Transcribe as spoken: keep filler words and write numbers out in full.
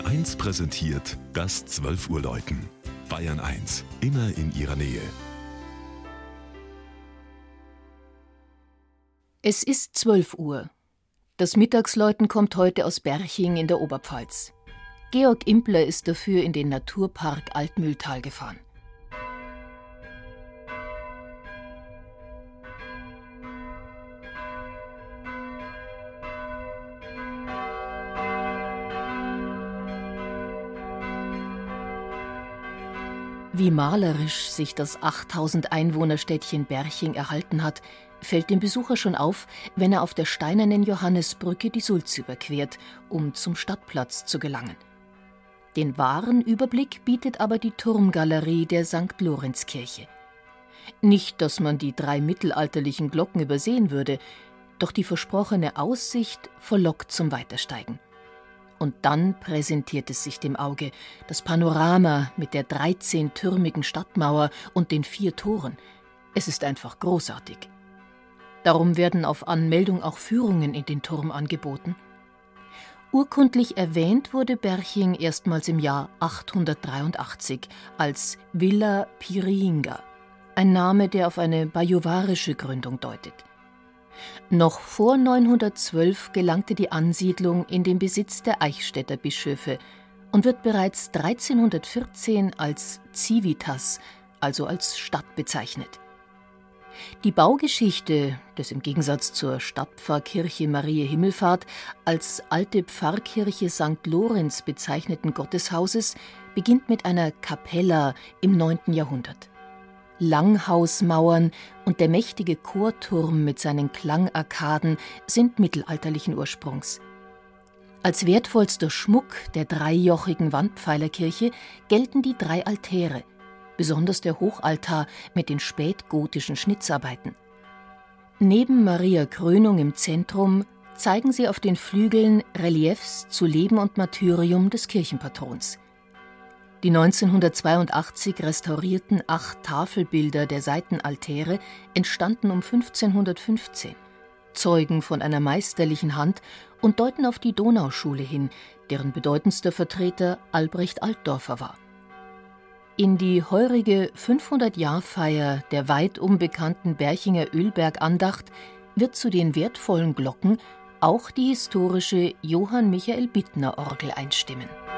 eins präsentiert das zwölf Uhr Läuten. Bayern eins, immer in ihrer Nähe. Es ist zwölf Uhr. Das Mittagsläuten kommt heute aus Berching in der Oberpfalz. Georg Impler ist dafür in den Naturpark Altmühltal gefahren. Wie malerisch sich das achttausend Einwohnerstädtchen Berching erhalten hat, fällt dem Besucher schon auf, wenn er auf der steinernen Johannisbrücke die Sulz überquert, um zum Stadtplatz zu gelangen. Den wahren Überblick bietet aber die Turmgalerie der Sankt Lorenzkirche. Nicht, dass man die drei mittelalterlichen Glocken übersehen würde, doch die versprochene Aussicht verlockt zum Weitersteigen. Und dann präsentiert es sich dem Auge, das Panorama mit der dreizehntürmigen Stadtmauer und den vier Toren. Es ist einfach großartig. Darum werden auf Anmeldung auch Führungen in den Turm angeboten. Urkundlich erwähnt wurde Berching erstmals im Jahr achthundertdreiundachtzig als Villa Piringa, ein Name, der auf eine bajuwarische Gründung deutet. Noch vor neunhundertzwölf gelangte die Ansiedlung in den Besitz der Eichstätter Bischöfe und wird bereits dreizehnhundertvierzehn als Civitas, also als Stadt, bezeichnet. Die Baugeschichte des im Gegensatz zur Stadtpfarrkirche Mariä Himmelfahrt als alte Pfarrkirche Sankt Lorenz bezeichneten Gotteshauses beginnt mit einer Capella im neunten Jahrhundert. Langhausmauern und der mächtige Chorturm mit seinen Klangarkaden sind mittelalterlichen Ursprungs. Als wertvollster Schmuck der dreijochigen Wandpfeilerkirche gelten die drei Altäre, besonders der Hochaltar mit den spätgotischen Schnitzarbeiten. Neben Maria Krönung im Zentrum zeigen sie auf den Flügeln Reliefs zu Leben und Martyrium des Kirchenpatrons. Die neunzehnhundertzweiundachtzig restaurierten acht Tafelbilder der Seitenaltäre entstanden um fünfzehnhundertfünfzehn, zeugen von einer meisterlichen Hand und deuten auf die Donauschule hin, deren bedeutendster Vertreter Albrecht Altdorfer war. In die heurige fünfhundert-Jahr-Feier der weit unbekannten Berchinger Ölberg-Andacht wird zu den wertvollen Glocken auch die historische Johann Michael Bittner Orgel einstimmen.